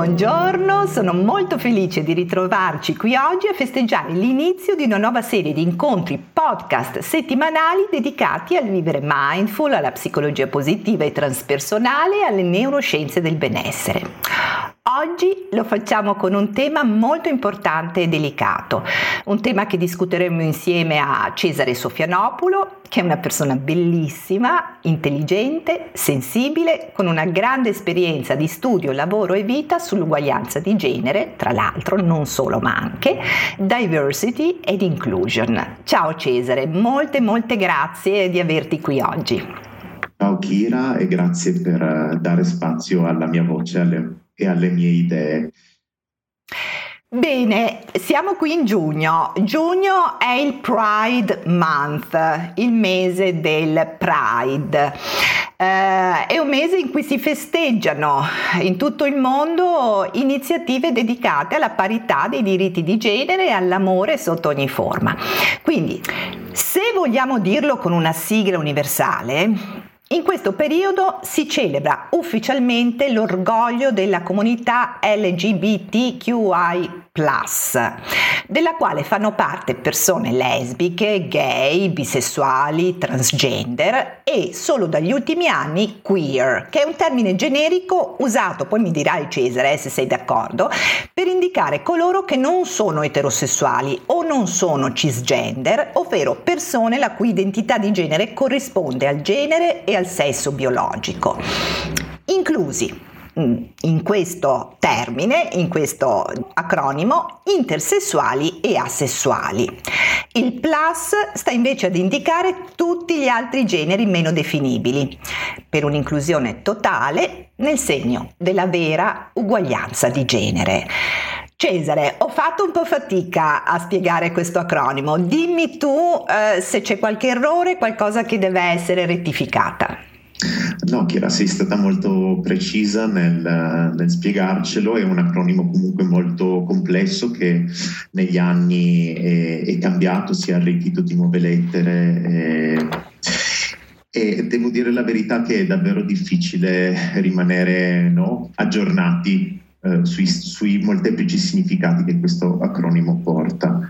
Buongiorno, sono molto felice di ritrovarci qui oggi a festeggiare l'inizio di una nuova serie di incontri podcast settimanali dedicati al vivere mindful, alla psicologia positiva e transpersonale e alle neuroscienze del benessere. Oggi lo facciamo con un tema molto importante e delicato, un tema che discuteremo insieme a Cesare Sofianopoulo, che è una persona bellissima, intelligente, sensibile, con una grande esperienza di studio, lavoro e vita sull'uguaglianza di genere, tra l'altro non solo ma anche, diversity ed inclusion. Ciao Cesare, molte grazie di averti qui oggi. Ciao Kira e grazie per dare spazio alla mia voce e alle mie idee. Bene, siamo qui in giugno. Giugno è il Pride Month, il mese del Pride. È un mese in cui si festeggiano in tutto il mondo iniziative dedicate alla parità dei diritti di genere e all'amore sotto ogni forma. Quindi, se vogliamo dirlo con una sigla universale, in questo periodo si celebra ufficialmente l'orgoglio della comunità LGBTQI+, della quale fanno parte persone lesbiche, gay, bisessuali, transgender e solo dagli ultimi anni queer, che è un termine generico usato, poi mi dirai Cesare se sei d'accordo, per indicare coloro che non sono eterosessuali o non sono cisgender, ovvero persone la cui identità di genere corrisponde al genere e al sesso biologico, inclusi in questo termine, in questo acronimo, intersessuali e asessuali. Il plus sta invece ad indicare tutti gli altri generi meno definibili, per un'inclusione totale nel segno della vera uguaglianza di genere. Cesare, ho fatto un po' fatica a spiegare questo acronimo. Dimmi tu se c'è qualche errore, qualcosa che deve essere rettificata. No, Chiara, sei stata molto precisa nel spiegarcelo. È un acronimo comunque molto complesso che negli anni è cambiato, si è arricchito di nuove lettere e devo dire la verità che è davvero difficile rimanere aggiornati sui molteplici significati che questo acronimo porta.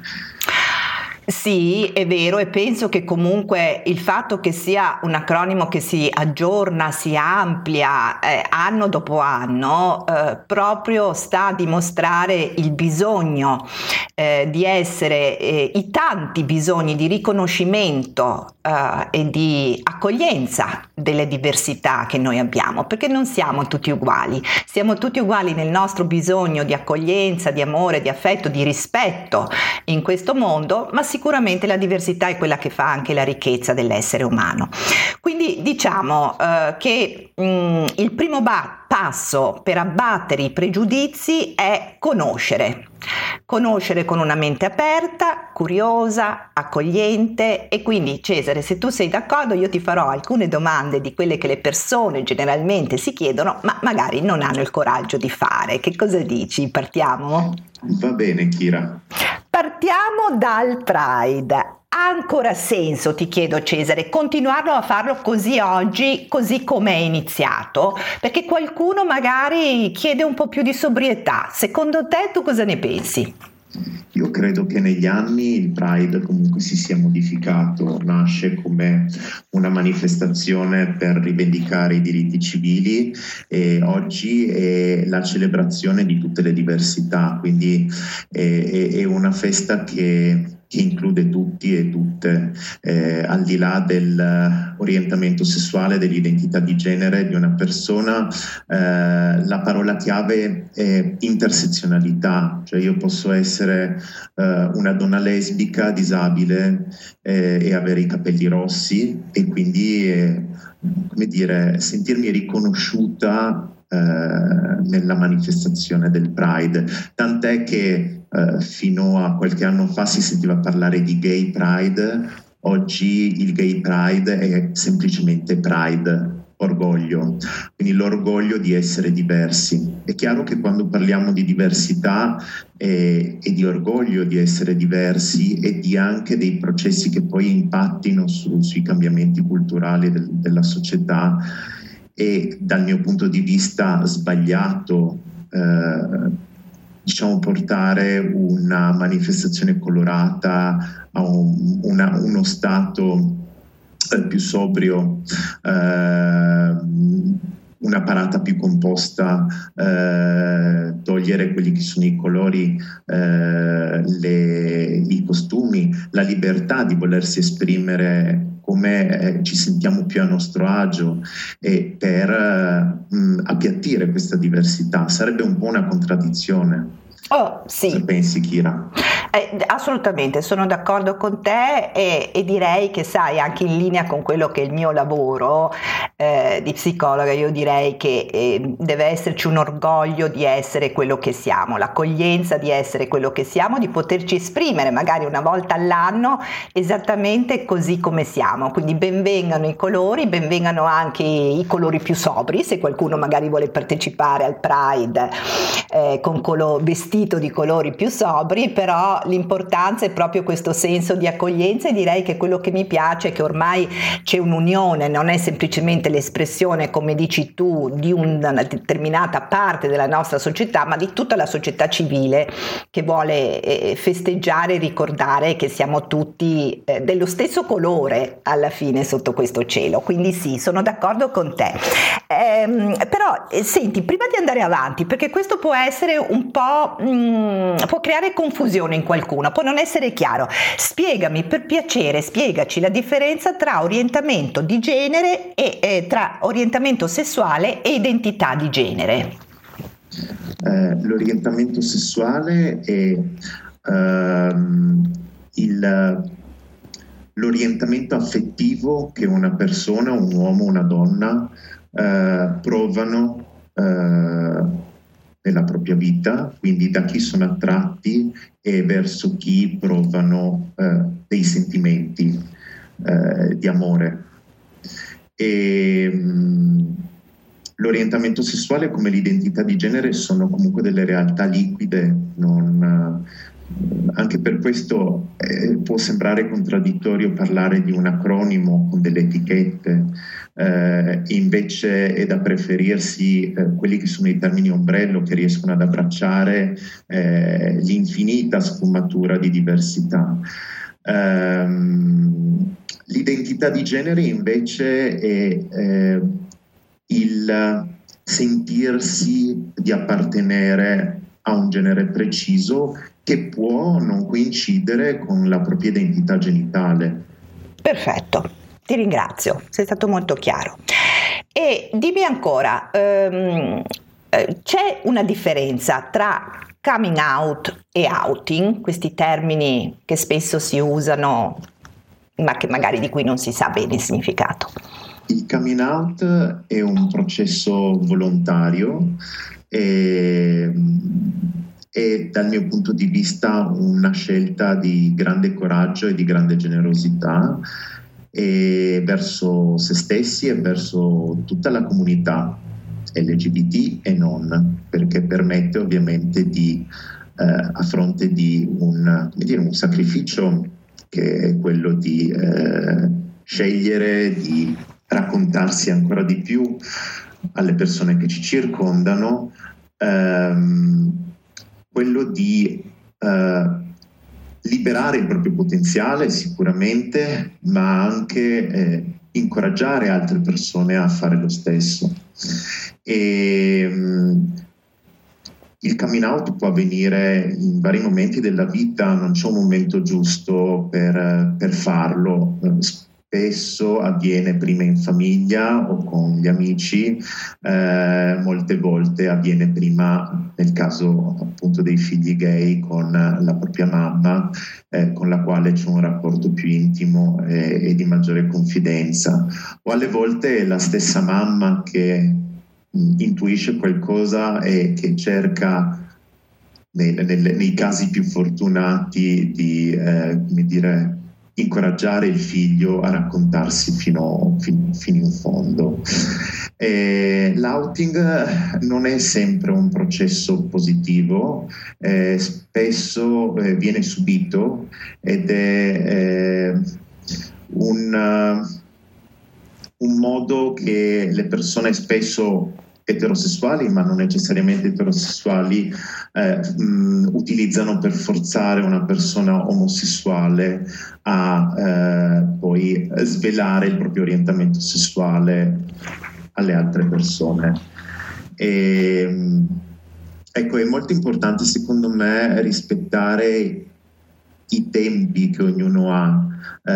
Sì, è vero, e penso che comunque il fatto che sia un acronimo che si aggiorna, si amplia anno dopo anno, proprio sta a dimostrare il bisogno di essere, i tanti bisogni di riconoscimento e di accoglienza delle diversità che noi abbiamo, perché non siamo tutti uguali, siamo tutti uguali nel nostro bisogno di accoglienza, di amore, di affetto, di rispetto in questo mondo, ma sicuramente la diversità è quella che fa anche la ricchezza dell'essere umano. Quindi diciamo che il primo passo per abbattere i pregiudizi è conoscere con una mente aperta, curiosa, accogliente. E quindi Cesare, se tu sei d'accordo, io ti farò alcune domande di quelle che le persone generalmente si chiedono ma magari non hanno il coraggio di fare. Che cosa dici? Partiamo? Va bene, Kira. Partiamo dal Pride. Ha ancora senso, ti chiedo Cesare, continuarlo a farlo così oggi, così come è iniziato? Perché qualcuno magari chiede un po' più di sobrietà. Secondo te tu cosa ne pensi? Io credo che negli anni il Pride comunque si sia modificato, nasce come una manifestazione per rivendicare i diritti civili e oggi è la celebrazione di tutte le diversità, quindi è una festa che include tutti e tutte, al di là dell'orientamento sessuale, dell'identità di genere di una persona. La parola chiave è intersezionalità, cioè io posso essere una donna lesbica, disabile e avere i capelli rossi e quindi sentirmi riconosciuta nella manifestazione del Pride, tant'è che fino a qualche anno fa si sentiva parlare di Gay Pride. Oggi il Gay Pride è semplicemente Pride, orgoglio, quindi l'orgoglio di essere diversi. È chiaro che quando parliamo di diversità e di orgoglio di essere diversi e di anche dei processi che poi impattino sui cambiamenti culturali della società, e dal mio punto di vista sbagliato diciamo, portare una manifestazione colorata a uno stato più sobrio, una parata più composta, togliere quelli che sono i colori, i costumi, la libertà di volersi esprimere come ci sentiamo più a nostro agio, e per appiattire questa diversità. Sarebbe un po' una contraddizione. Oh, sì. Cosa pensi, Kira? Assolutamente, sono d'accordo con te e direi che, sai, anche in linea con quello che è il mio lavoro di psicologa, io direi che deve esserci un orgoglio di essere quello che siamo, l'accoglienza di essere quello che siamo, di poterci esprimere magari una volta all'anno esattamente così come siamo. Quindi benvengano i colori, benvengano anche i colori più sobri, se qualcuno magari vuole partecipare al Pride con vestito di colori più sobri, però l'importanza è proprio questo senso di accoglienza, e direi che quello che mi piace è che ormai c'è un'unione, non è semplicemente l'espressione, come dici tu, di una determinata parte della nostra società, ma di tutta la società civile che vuole festeggiare e ricordare che siamo tutti dello stesso colore alla fine sotto questo cielo. Quindi sì, sono d'accordo con te. Però senti, prima di andare avanti, perché questo può essere un po' può creare confusione in qualcuno, può non essere chiaro, spiegami per piacere, spiegaci la differenza tra orientamento di genere e tra orientamento sessuale e identità di genere. L'orientamento sessuale è l'orientamento affettivo che una persona, un uomo, una donna provano nella propria vita, quindi da chi sono attratti e verso chi provano dei sentimenti di amore. E l'orientamento sessuale, come l'identità di genere, sono comunque delle realtà liquide, anche per questo può sembrare contraddittorio parlare di un acronimo con delle etichette, invece è da preferirsi quelli che sono i termini ombrello, che riescono ad abbracciare l'infinita sfumatura di diversità. L'identità di genere invece è il sentirsi di appartenere a un genere preciso che può non coincidere con la propria identità genitale. Perfetto, ti ringrazio, sei stato molto chiaro. E dimmi ancora, c'è una differenza tra coming out e outing, questi termini che spesso si usano ma che magari di cui non si sa bene il significato? Il coming out è un processo volontario e dal mio punto di vista una scelta di grande coraggio e di grande generosità verso se stessi e verso tutta la comunità LGBT e non, perché permette ovviamente di, a fronte di un sacrificio che è quello di scegliere di raccontarsi ancora di più alle persone che ci circondano, quello di liberare il proprio potenziale sicuramente, ma anche incoraggiare altre persone a fare lo stesso. E il coming out può avvenire in vari momenti della vita, non c'è un momento giusto per farlo. Spesso avviene prima in famiglia o con gli amici, molte volte avviene prima, nel caso appunto dei figli gay, con la propria mamma, con la quale c'è un rapporto più intimo e di maggiore confidenza, o alle volte è la stessa mamma che intuisce qualcosa e che cerca nei casi più fortunati di incoraggiare il figlio a raccontarsi fino in fondo. L'outing non è sempre un processo positivo, spesso viene subito ed è un modo che le persone spesso eterosessuali, ma non necessariamente eterosessuali, utilizzano per forzare una persona omosessuale a poi svelare il proprio orientamento sessuale alle altre persone. Ecco, è molto importante secondo me rispettare i tempi che ognuno ha.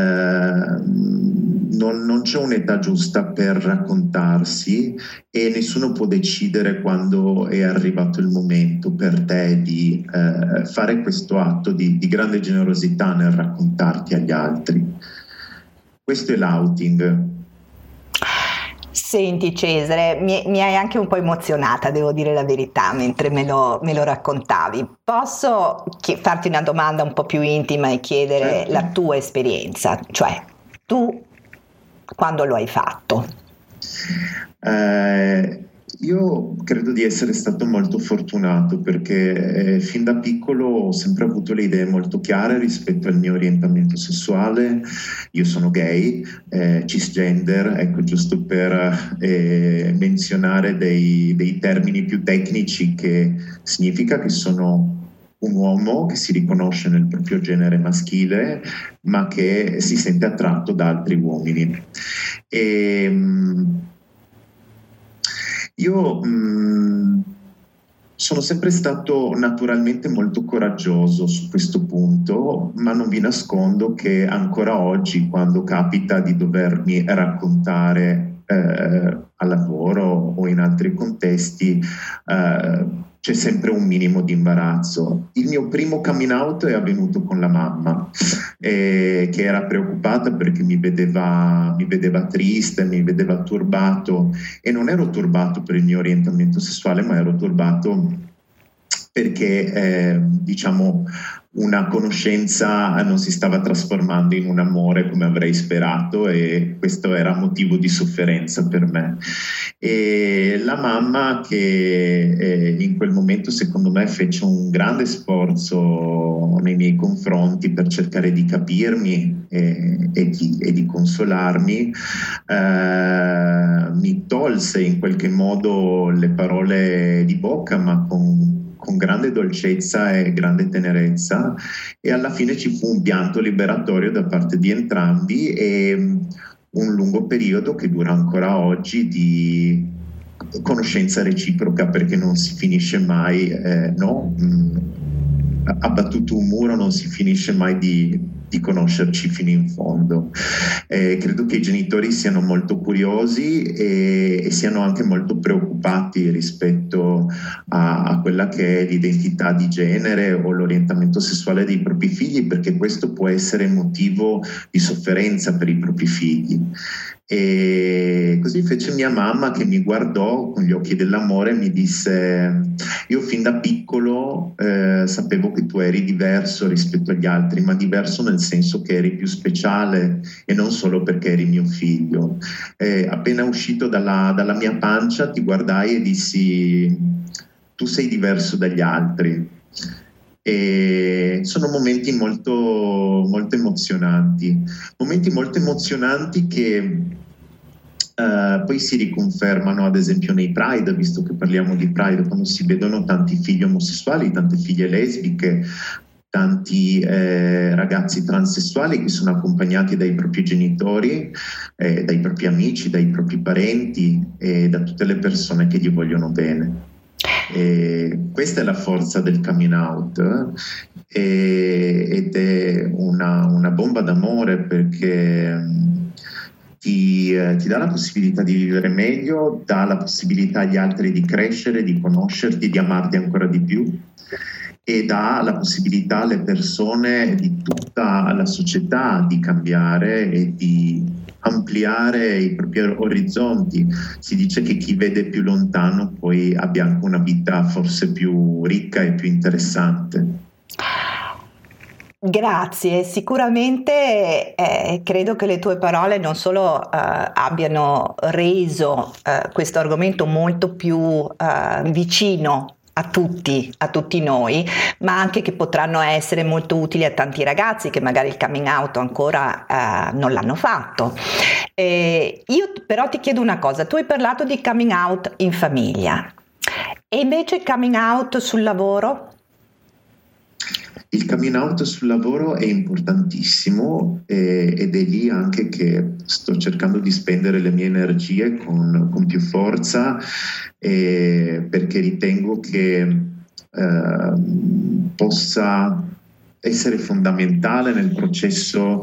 Non c'è un'età giusta per raccontarsi e nessuno può decidere quando è arrivato il momento per te di fare questo atto di grande generosità nel raccontarti agli altri. Questo è l'outing. Senti Cesare, mi hai anche un po' emozionata, devo dire la verità, mentre me lo raccontavi. Posso farti una domanda un po' più intima e chiedere Certo. la tua esperienza? Cioè, tu quando lo hai fatto? Io credo di essere stato molto fortunato perché fin da piccolo ho sempre avuto le idee molto chiare rispetto al mio orientamento sessuale. Io sono gay, cisgender, ecco, giusto per menzionare dei termini più tecnici, che significa che sono un uomo che si riconosce nel proprio genere maschile ma che si sente attratto da altri uomini. Io sono sempre stato naturalmente molto coraggioso su questo punto, ma non vi nascondo che ancora oggi, quando capita di dovermi raccontare al lavoro o in altri contesti, c'è sempre un minimo di imbarazzo. Il mio primo coming out è avvenuto con la mamma, che era preoccupata perché mi vedeva triste, mi vedeva turbato, e non ero turbato per il mio orientamento sessuale, ma ero turbato perché diciamo una conoscenza non si stava trasformando in un amore come avrei sperato, e questo era motivo di sofferenza per me. E la mamma, che in quel momento secondo me fece un grande sforzo nei miei confronti per cercare di capirmi e di consolarmi, mi tolse in qualche modo le parole di bocca, ma con grande dolcezza e grande tenerezza, e alla fine ci fu un pianto liberatorio da parte di entrambi e un lungo periodo che dura ancora oggi di conoscenza reciproca, perché non si finisce mai, no? Abbattuto un muro non si finisce mai di conoscerci fino in fondo. Credo che i genitori siano molto curiosi e siano anche molto preoccupati rispetto a quella che è l'identità di genere o l'orientamento sessuale dei propri figli, perché questo può essere motivo di sofferenza per i propri figli. E così fece mia mamma, che mi guardò con gli occhi dell'amore e mi disse: io fin da piccolo sapevo che tu eri diverso rispetto agli altri, ma diverso nel senso che eri più speciale e non solo perché eri mio figlio. Appena uscito dalla mia pancia ti guardai e dissi: tu sei diverso dagli altri. E sono momenti molto, molto emozionanti che poi si riconfermano ad esempio nei Pride, visto che parliamo di Pride, quando si vedono tanti figli omosessuali, tante figlie lesbiche, tanti ragazzi transessuali che sono accompagnati dai propri genitori, dai propri amici, dai propri parenti e da tutte le persone che gli vogliono bene. Questa è la forza del coming out, ed è una bomba d'amore, perché ti dà la possibilità di vivere meglio, dà la possibilità agli altri di crescere, di conoscerti, di amarti ancora di più, e dà la possibilità alle persone di tutta la società di cambiare e di ampliare i propri orizzonti. Si dice che chi vede più lontano poi abbia anche una vita forse più ricca e più interessante. Grazie, sicuramente credo che le tue parole non solo abbiano reso questo argomento molto più vicino a tutti noi, ma anche che potranno essere molto utili a tanti ragazzi che magari il coming out ancora non l'hanno fatto. Io però ti chiedo una cosa, tu hai parlato di coming out in famiglia e invece coming out sul lavoro? Il coming out sul lavoro è importantissimo ed è lì anche che sto cercando di spendere le mie energie con più forza, perché ritengo che possa essere fondamentale nel processo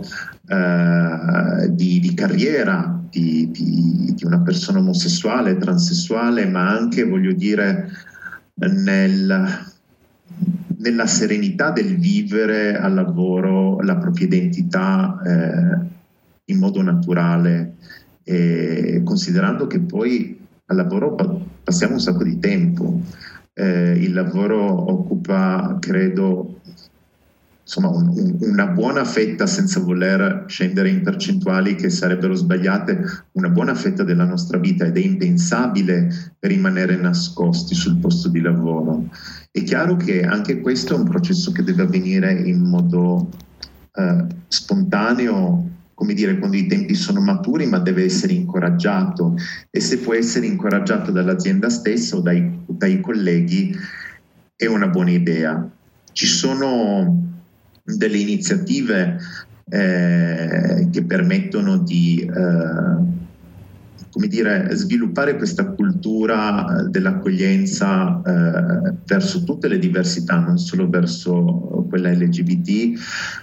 di carriera di una persona omosessuale, transessuale, ma anche, voglio dire, nella serenità del vivere al lavoro la propria identità in modo naturale, considerando che poi al lavoro passiamo un sacco di tempo. Il lavoro occupa, credo, insomma, una buona fetta, senza voler scendere in percentuali che sarebbero sbagliate, una buona fetta della nostra vita, ed è impensabile rimanere nascosti sul posto di lavoro. È chiaro che anche questo è un processo che deve avvenire in modo spontaneo, come dire, quando i tempi sono maturi, ma deve essere incoraggiato, e se può essere incoraggiato dall'azienda stessa o dai colleghi è una buona idea. Ci sono delle iniziative che permettono di come dire, sviluppare questa cultura dell'accoglienza verso tutte le diversità, non solo verso quella LGBT,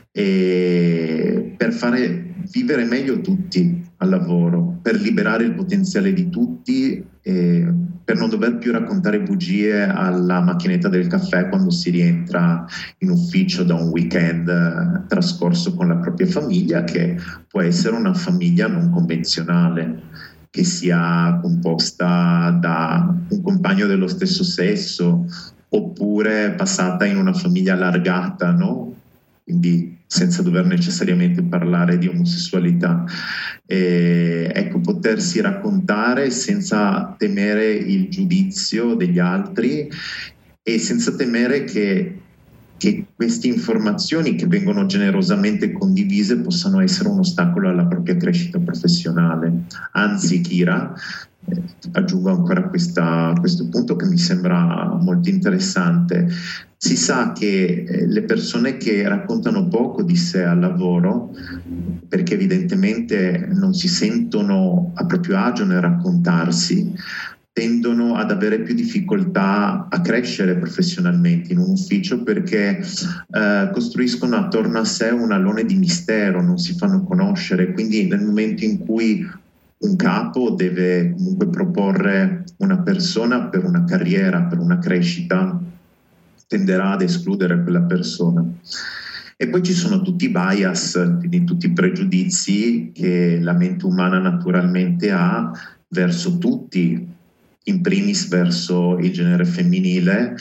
per fare vivere meglio tutti al lavoro, per liberare il potenziale di tutti, per non dover più raccontare bugie alla macchinetta del caffè quando si rientra in ufficio da un weekend trascorso con la propria famiglia, che può essere una famiglia non convenzionale, che sia composta da un compagno dello stesso sesso oppure passata in una famiglia allargata, no? Quindi senza dover necessariamente parlare di omosessualità. Ecco, potersi raccontare senza temere il giudizio degli altri e senza temere che queste informazioni che vengono generosamente condivise possano essere un ostacolo alla propria crescita professionale. Anzi, Kira, aggiungo ancora questo punto che mi sembra molto interessante. Si sa che le persone che raccontano poco di sé al lavoro, perché evidentemente non si sentono a proprio agio nel raccontarsi, tendono ad avere più difficoltà a crescere professionalmente in un ufficio, perché costruiscono attorno a sé un alone di mistero, non si fanno conoscere. Quindi nel momento in cui un capo deve comunque proporre una persona per una carriera, per una crescita, tenderà ad escludere quella persona. E poi ci sono tutti i bias, quindi tutti i pregiudizi che la mente umana naturalmente ha verso tutti, in primis verso il genere femminile,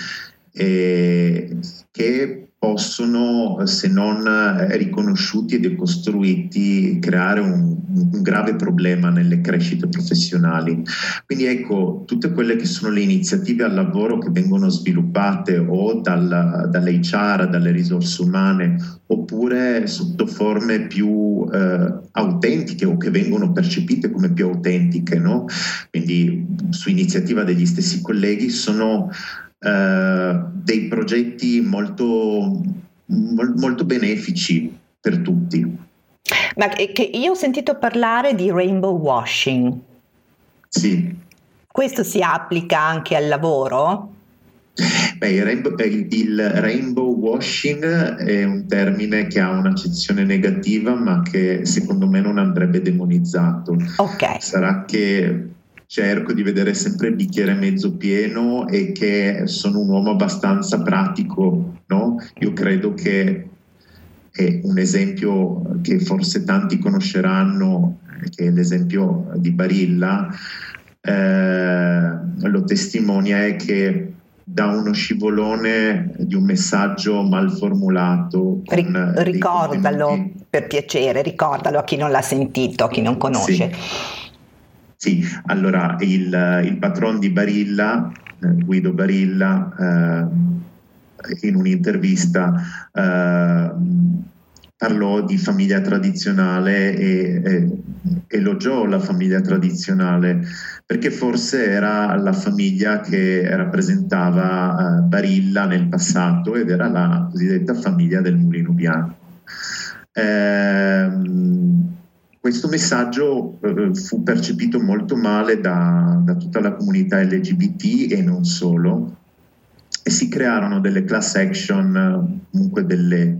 che possono, se non riconosciuti e decostruiti, creare un grave problema nelle crescite professionali. Quindi ecco, tutte quelle che sono le iniziative al lavoro che vengono sviluppate o dall'HR, dalle risorse umane, oppure sotto forme più autentiche o che vengono percepite come più autentiche, no? Quindi su iniziativa degli stessi colleghi, sono dei progetti molto benefici per tutti. Ma che io ho sentito parlare di rainbow washing. Sì. Questo si applica anche al lavoro? Beh, il rainbow washing è un termine che ha un'accezione negativa, ma che secondo me non andrebbe demonizzato. Ok. Sarà che cerco di vedere sempre il bicchiere mezzo pieno e che sono un uomo abbastanza pratico, no? Io credo che è un esempio che forse tanti conosceranno, che è l'esempio di Barilla, lo testimonia, è che da uno scivolone di un messaggio mal formulato. Ricordalo, per piacere, ricordalo a chi non l'ha sentito, a chi non conosce. Sì, allora il patron di Barilla Guido Barilla, in un'intervista parlò di famiglia tradizionale e elogiò la famiglia tradizionale perché forse era la famiglia che rappresentava Barilla nel passato ed era la cosiddetta famiglia del Mulino Bianco. Questo messaggio fu percepito molto male da tutta la comunità LGBT e non solo, e si crearono delle class action, comunque delle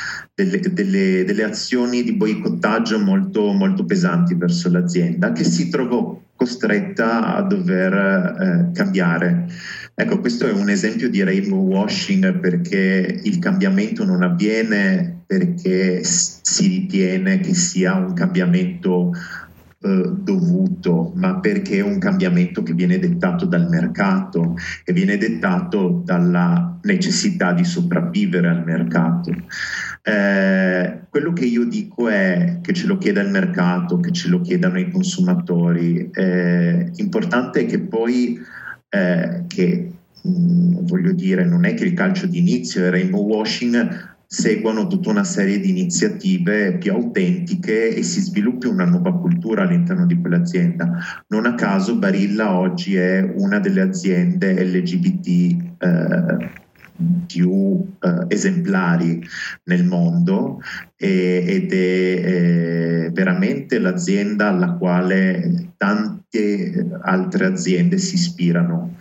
azioni di boicottaggio molto, molto pesanti verso l'azienda, che si trovò costretta a dover cambiare. Ecco, questo è un esempio di rainbow washing, perché il cambiamento non avviene perché si ritiene che sia un cambiamento dovuto, ma perché è un cambiamento che viene dettato dal mercato e viene dettato dalla necessità di sopravvivere al mercato. Quello che io dico è che ce lo chieda il mercato, che ce lo chiedano i consumatori. Importante è che poi voglio dire, non è che il calcio d'inizio e il rainbow washing seguono tutta una serie di iniziative più autentiche e si sviluppi una nuova cultura all'interno di quell'azienda. Non a caso Barilla oggi è una delle aziende LGBT più esemplari nel mondo ed è veramente l'azienda alla quale tante altre aziende si ispirano.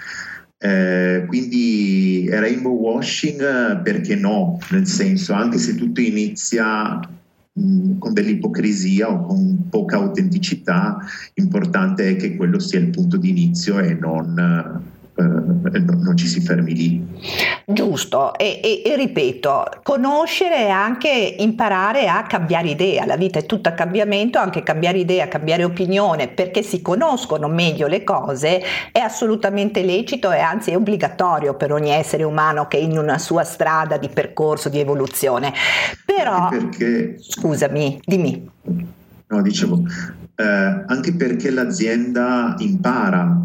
Quindi rainbow washing, perché no? Nel senso, anche se tutto inizia con dell'ipocrisia o con poca autenticità, importante è che quello sia il punto di inizio e non ci si fermi lì. Giusto, e ripeto, conoscere e anche imparare a cambiare idea. La vita è tutta cambiamento, anche cambiare idea, cambiare opinione, perché si conoscono meglio le cose è assolutamente lecito e anzi è obbligatorio per ogni essere umano che è in una sua strada di percorso di evoluzione. Però, perché... scusami, dimmi. No, dicevo, anche perché l'azienda impara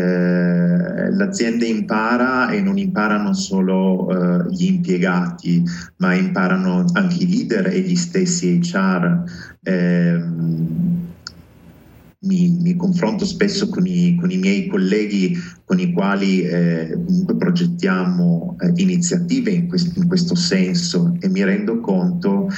e non imparano solo gli impiegati, ma imparano anche i leader e gli stessi HR. Mi confronto spesso con i miei colleghi con i quali comunque progettiamo iniziative in questo senso, e mi rendo conto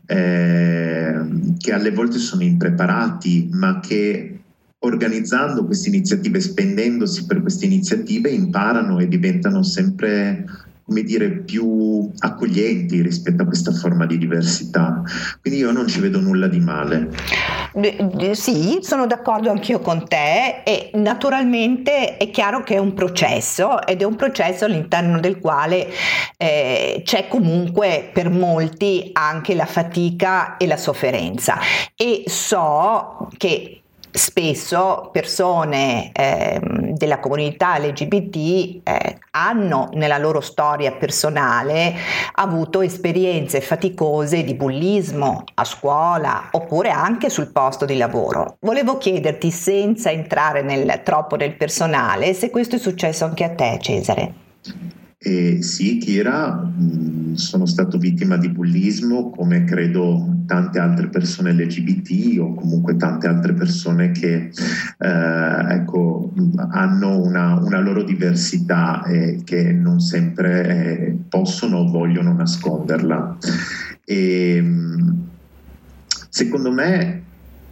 che alle volte sono impreparati, ma che organizzando queste iniziative, spendendosi per queste iniziative, imparano e diventano sempre, come dire, più accoglienti rispetto a questa forma di diversità. Quindi io non ci vedo nulla di male. Sì, sono d'accordo anch'io con te, e naturalmente è chiaro che è un processo, ed è un processo all'interno del quale c'è comunque per molti anche la fatica e la sofferenza, e so che spesso persone della comunità LGBT hanno nella loro storia personale avuto esperienze faticose di bullismo a scuola oppure anche sul posto di lavoro. Volevo chiederti, senza entrare troppo nel personale, se questo è successo anche a te, Cesare. Sì, Kira, sono stato vittima di bullismo, come credo tante altre persone LGBT o comunque tante altre persone che hanno una loro diversità e che non sempre possono o vogliono nasconderla. E, secondo me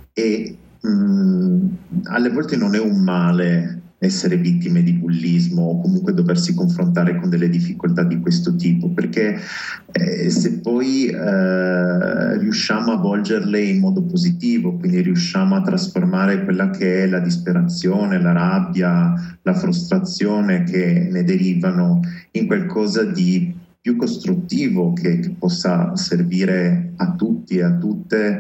alle volte non è un male essere vittime di bullismo o comunque doversi confrontare con delle difficoltà di questo tipo, perché se poi riusciamo a volgerle in modo positivo, quindi riusciamo a trasformare quella che è la disperazione, la rabbia, la frustrazione che ne derivano in qualcosa di più costruttivo che possa servire a tutti e a tutte,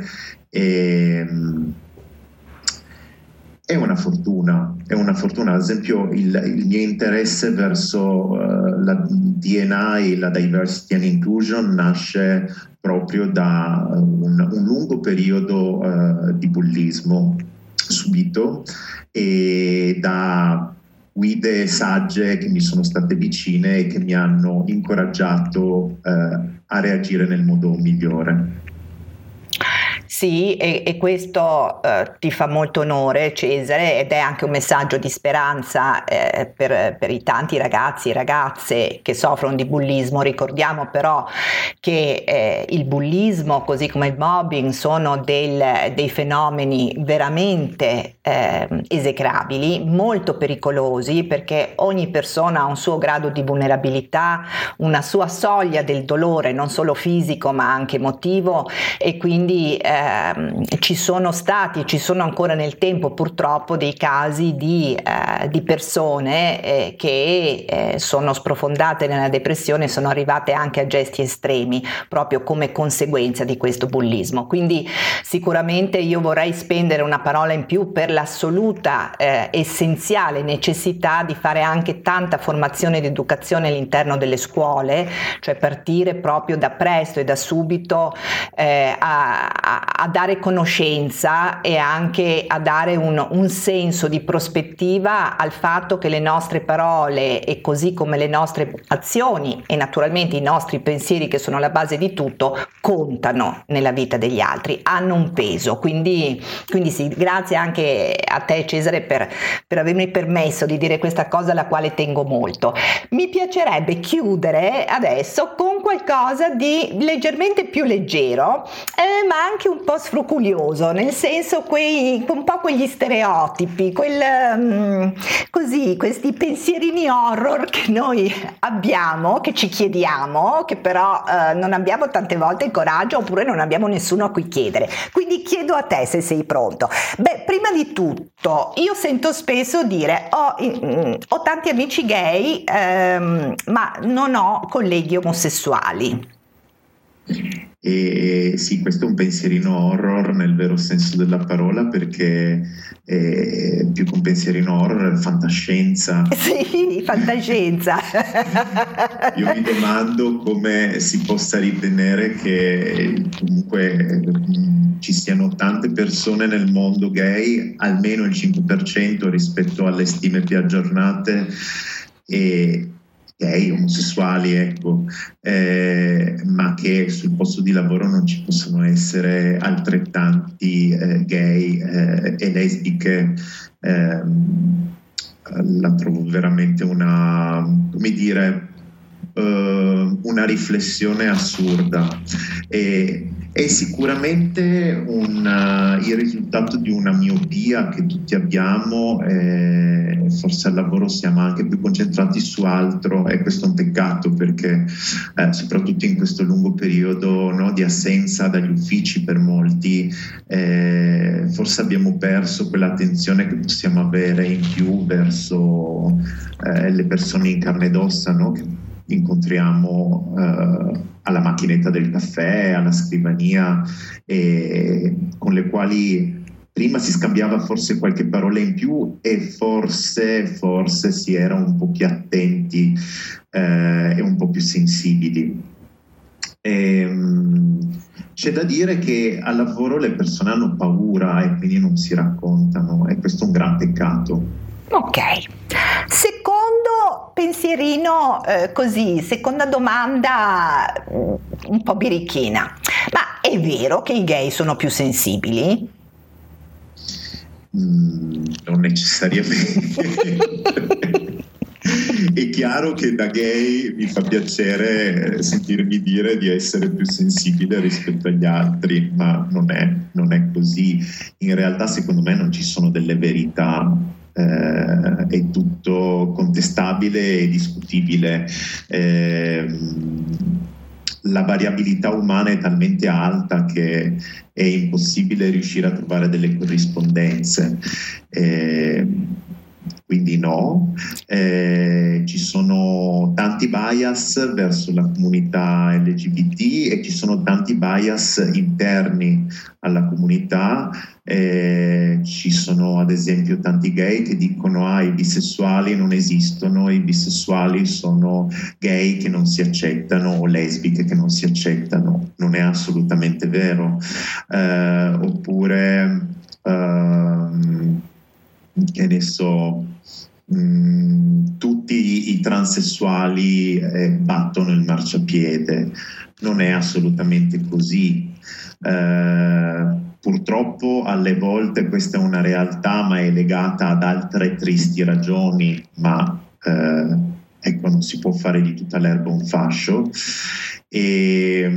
è una fortuna. Ad esempio il mio interesse verso la D&I, la Diversity and Inclusion, nasce proprio da un lungo periodo di bullismo subito e da guide sagge che mi sono state vicine e che mi hanno incoraggiato a reagire nel modo migliore. Sì, e questo ti fa molto onore, Cesare, ed è anche un messaggio di speranza per i tanti ragazzi e ragazze che soffrono di bullismo. Ricordiamo però che il bullismo, così come il mobbing, sono dei fenomeni veramente esecrabili, molto pericolosi, perché ogni persona ha un suo grado di vulnerabilità, una sua soglia del dolore, non solo fisico ma anche emotivo, e quindi ci sono stati e ci sono ancora nel tempo purtroppo dei casi di persone che sono sprofondate nella depressione e sono arrivate anche a gesti estremi proprio come conseguenza di questo bullismo. Quindi sicuramente io vorrei spendere una parola in più per l'assoluta essenziale necessità di fare anche tanta formazione ed educazione all'interno delle scuole, cioè partire proprio da presto e da subito a dare conoscenza e anche a dare un senso di prospettiva al fatto che le nostre parole, e così come le nostre azioni e naturalmente i nostri pensieri, che sono la base di tutto, contano nella vita degli altri, hanno un peso. Quindi sì, grazie anche a te, Cesare, per avermi permesso di dire questa cosa alla quale tengo molto. Mi piacerebbe chiudere adesso con qualcosa di leggermente più leggero, ma anche un po' sfruculioso, nel senso un po' quegli stereotipi, così, questi pensierini horror che noi abbiamo, che ci chiediamo, che però non abbiamo tante volte il coraggio, oppure non abbiamo nessuno a cui chiedere. Quindi chiedo a te se sei pronto. Beh, prima di tutto, io sento spesso dire ho tanti amici gay, ma non ho colleghi omosessuali. E sì, questo è un pensierino horror nel vero senso della parola, perché più che un pensierino horror è fantascienza. Sì, fantascienza. Io mi domando come si possa ritenere che comunque ci siano tante persone nel mondo gay, almeno il 5% rispetto alle stime più aggiornate, e gay, omosessuali, ecco, ma che sul posto di lavoro non ci possono essere altrettanti gay e lesbiche. La trovo veramente una riflessione assurda. È sicuramente il risultato di una miopia che tutti abbiamo, forse al lavoro siamo anche più concentrati su altro, e questo è un peccato, perché soprattutto in questo lungo periodo, no, di assenza dagli uffici per molti, forse abbiamo perso quell'attenzione che possiamo avere in più verso le persone in carne ed ossa, no, che incontriamo alla macchinetta del caffè, alla scrivania, e con le quali prima si scambiava forse qualche parola in più, e forse si era un po' più attenti e un po' più sensibili. C'è da dire che al lavoro le persone hanno paura e quindi non si raccontano, e questo è un gran peccato. Ok, secondo pensierino, così, seconda domanda un po' birichina, ma è vero che i gay sono più sensibili? Non necessariamente. È chiaro che da gay mi fa piacere sentirmi dire di essere più sensibile rispetto agli altri, ma non è così. In realtà, secondo me, non ci sono delle verità. È tutto contestabile e discutibile. La variabilità umana è talmente alta che è impossibile riuscire a trovare delle corrispondenze. Quindi no, ci sono tanti bias verso la comunità LGBT e ci sono tanti bias interni alla comunità. Ci sono ad esempio tanti gay che dicono i bisessuali non esistono, i bisessuali sono gay che non si accettano o lesbiche che non si accettano. Non è assolutamente vero. Oppure che ne so, tutti i transessuali battono il marciapiede. Non è assolutamente così. Purtroppo alle volte questa è una realtà, ma è legata ad altre tristi ragioni, ma ecco, non si può fare di tutta l'erba un fascio. E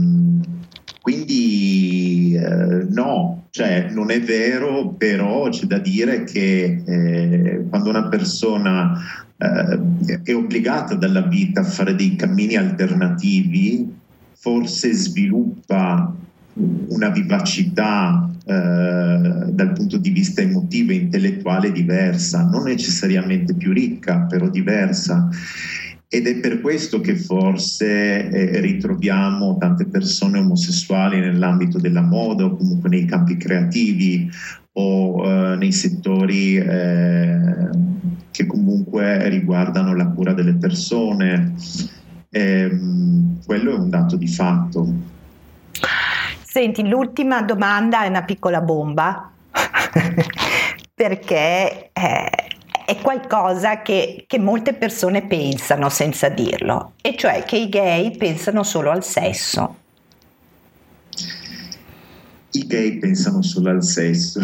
quindi no, cioè non è vero, però c'è da dire che quando una persona è obbligata dalla vita a fare dei cammini alternativi, forse sviluppa una vivacità dal punto di vista emotivo e intellettuale diversa, non necessariamente più ricca, però diversa. Ed è per questo che forse ritroviamo tante persone omosessuali nell'ambito della moda o comunque nei campi creativi o nei settori che comunque riguardano la cura delle persone. Quello è un dato di fatto. Senti, l'ultima domanda è una piccola bomba perché è qualcosa che molte persone pensano senza dirlo, e cioè che i gay pensano solo al sesso. I gay pensano solo al sesso.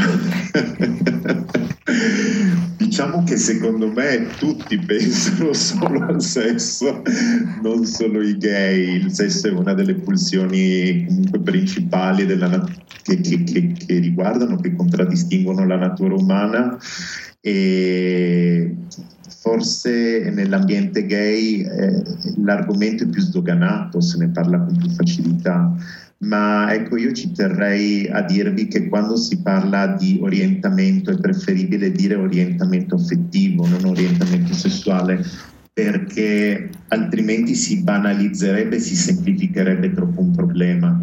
Diciamo che secondo me tutti pensano solo al sesso, non solo i gay. Il sesso è una delle pulsioni comunque principali che riguardano, che contraddistinguono la natura umana, e forse nell'ambiente gay l'argomento è più sdoganato, se ne parla con più facilità. Ma ecco, io ci terrei a dirvi che quando si parla di orientamento è preferibile dire orientamento affettivo, non orientamento sessuale, perché altrimenti si banalizzerebbe, si semplificherebbe troppo un problema.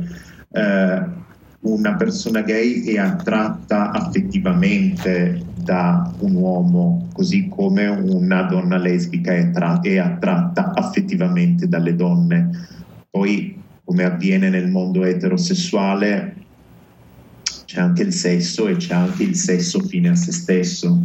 Una persona gay è attratta affettivamente da un uomo, così come una donna lesbica è attratta affettivamente dalle donne. Poi, come avviene nel mondo eterosessuale, c'è anche il sesso, e c'è anche il sesso fine a se stesso.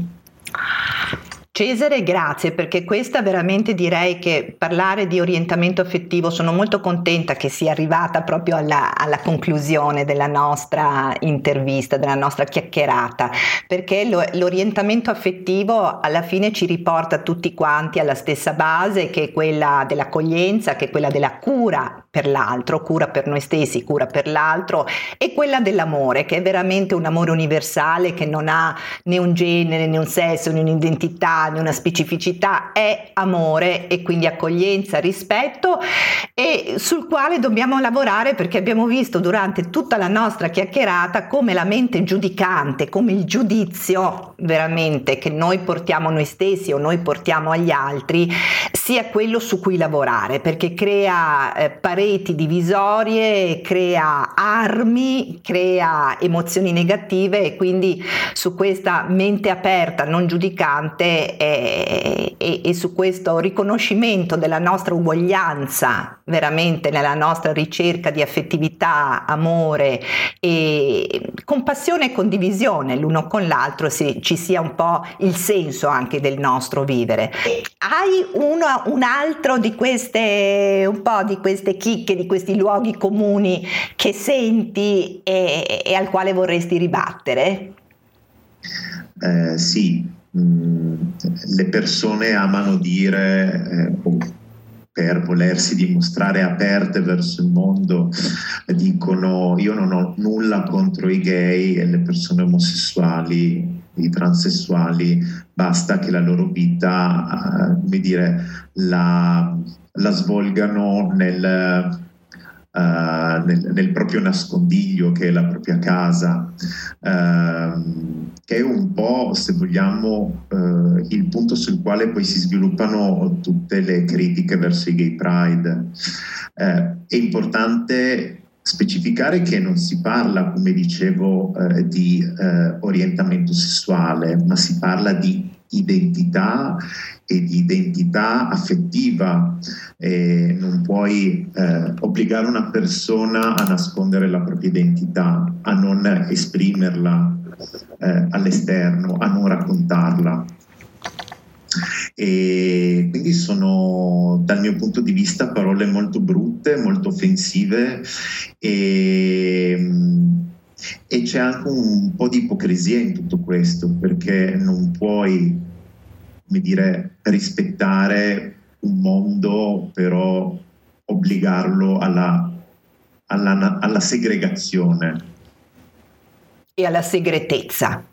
Cesare, grazie, perché questa veramente direi che parlare di orientamento affettivo, sono molto contenta che sia arrivata proprio alla conclusione della nostra intervista, della nostra chiacchierata, perché l'orientamento affettivo alla fine ci riporta tutti quanti alla stessa base, che è quella dell'accoglienza, che è quella della cura per l'altro, cura per noi stessi, cura per l'altro, e quella dell'amore, che è veramente un amore universale, che non ha né un genere, né un sesso, né un'identità, né una specificità, è amore e quindi accoglienza, rispetto, e sul quale dobbiamo lavorare, perché abbiamo visto durante tutta la nostra chiacchierata come la mente giudicante, come il giudizio veramente che noi portiamo noi stessi o noi portiamo agli altri, sia quello su cui lavorare, perché crea pareti divisorie, crea armi, crea emozioni negative, e quindi su questa mente aperta, non giudicante, e su questo riconoscimento della nostra uguaglianza veramente nella nostra ricerca di affettività, amore e compassione e condivisione l'uno con l'altro, ci sia un po' il senso anche del nostro vivere. Hai un altro di queste, un po' di queste chicche, di questi luoghi comuni che senti e al quale vorresti ribattere? Sì, le persone amano dire, per volersi dimostrare aperte verso il mondo, dicono: io non ho nulla contro i gay e le persone omosessuali, i transessuali, basta che la loro vita, come dire, la svolgano nel proprio nascondiglio, che è la propria casa, che è un po', se vogliamo, il punto sul quale poi si sviluppano tutte le critiche verso i gay pride. È importante specificare che non si parla, come dicevo, di orientamento sessuale, ma si parla di identità e di identità affettiva. Non puoi obbligare una persona a nascondere la propria identità, a non esprimerla all'esterno, a non raccontarla. e quindi sono, dal mio punto di vista, parole molto brutte, molto offensive e c'è anche un po' di ipocrisia in tutto questo, perché non puoi, come dire, rispettare un mondo, però obbligarlo alla segregazione e alla segretezza.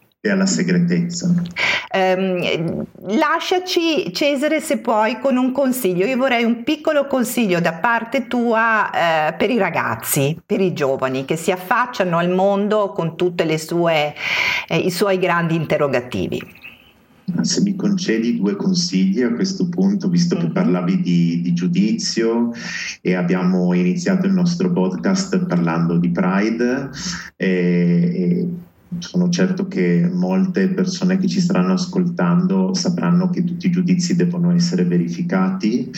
Lasciaci, Cesare, se puoi, con un consiglio. Io vorrei un piccolo consiglio da parte tua per i ragazzi, per i giovani che si affacciano al mondo con tutte le i suoi grandi interrogativi. Se mi concedi 2 consigli a questo punto, visto che parlavi di giudizio e abbiamo iniziato il nostro podcast parlando di Pride, e sono certo che molte persone che ci staranno ascoltando sapranno che tutti i giudizi devono essere verificati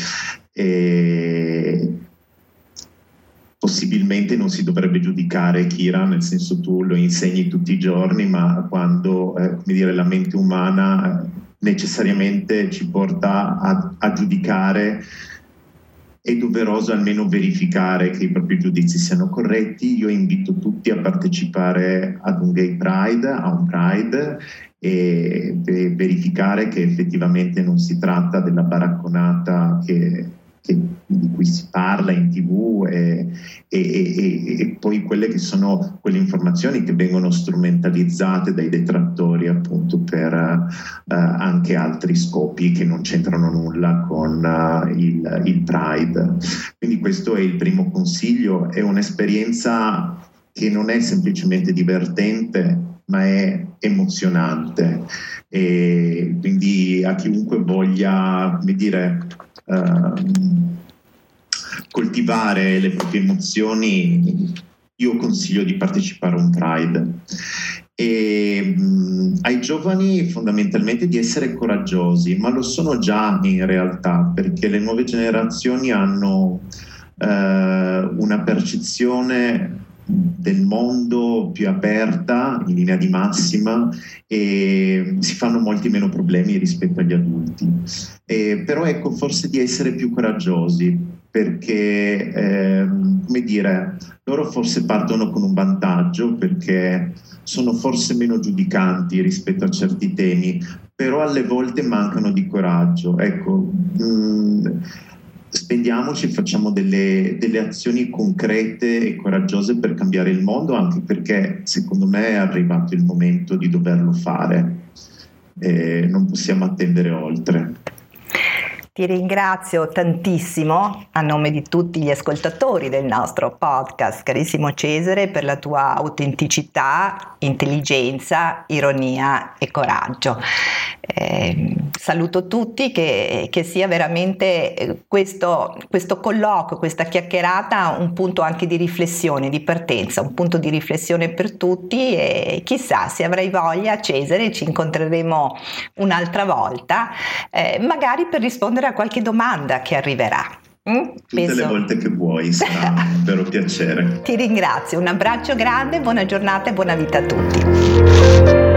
e possibilmente non si dovrebbe giudicare Kira, nel senso, tu lo insegni tutti i giorni, ma quando come dire, la mente umana necessariamente ci porta a giudicare, è doveroso almeno verificare che i propri giudizi siano corretti. Io invito tutti a partecipare ad un Gay Pride, a un Pride, e verificare che effettivamente non si tratta della baracconata di cui si parla in TV e poi quelle che sono quelle informazioni che vengono strumentalizzate dai detrattori appunto per anche altri scopi che non c'entrano nulla con il Pride. Quindi questo è il primo consiglio. È un'esperienza che non è semplicemente divertente, ma è emozionante, e quindi a chiunque voglia, come dire, coltivare le proprie emozioni, io consiglio di partecipare a un Pride. E ai giovani fondamentalmente di essere coraggiosi, ma lo sono già in realtà, perché le nuove generazioni hanno una percezione del mondo più aperta in linea di massima e si fanno molti meno problemi rispetto agli adulti. Però ecco, forse di essere più coraggiosi, perché come dire, loro forse partono con un vantaggio perché sono forse meno giudicanti rispetto a certi temi, però alle volte mancano di coraggio. Ecco, spendiamoci, facciamo delle azioni concrete e coraggiose per cambiare il mondo, anche perché secondo me è arrivato il momento di doverlo fare, non possiamo attendere oltre. Ti ringrazio tantissimo a nome di tutti gli ascoltatori del nostro podcast, carissimo Cesare, per la tua autenticità, intelligenza, ironia e coraggio. Saluto tutti, che sia veramente questo colloquio, questa chiacchierata un punto anche di riflessione, di partenza, un punto di riflessione per tutti, e chissà, se avrai voglia, Cesare, ci incontreremo un'altra volta, magari per rispondere a qualche domanda che arriverà. Tutte le volte che vuoi, sarà un vero piacere. Ti ringrazio, un abbraccio grande, buona giornata e buona vita a tutti.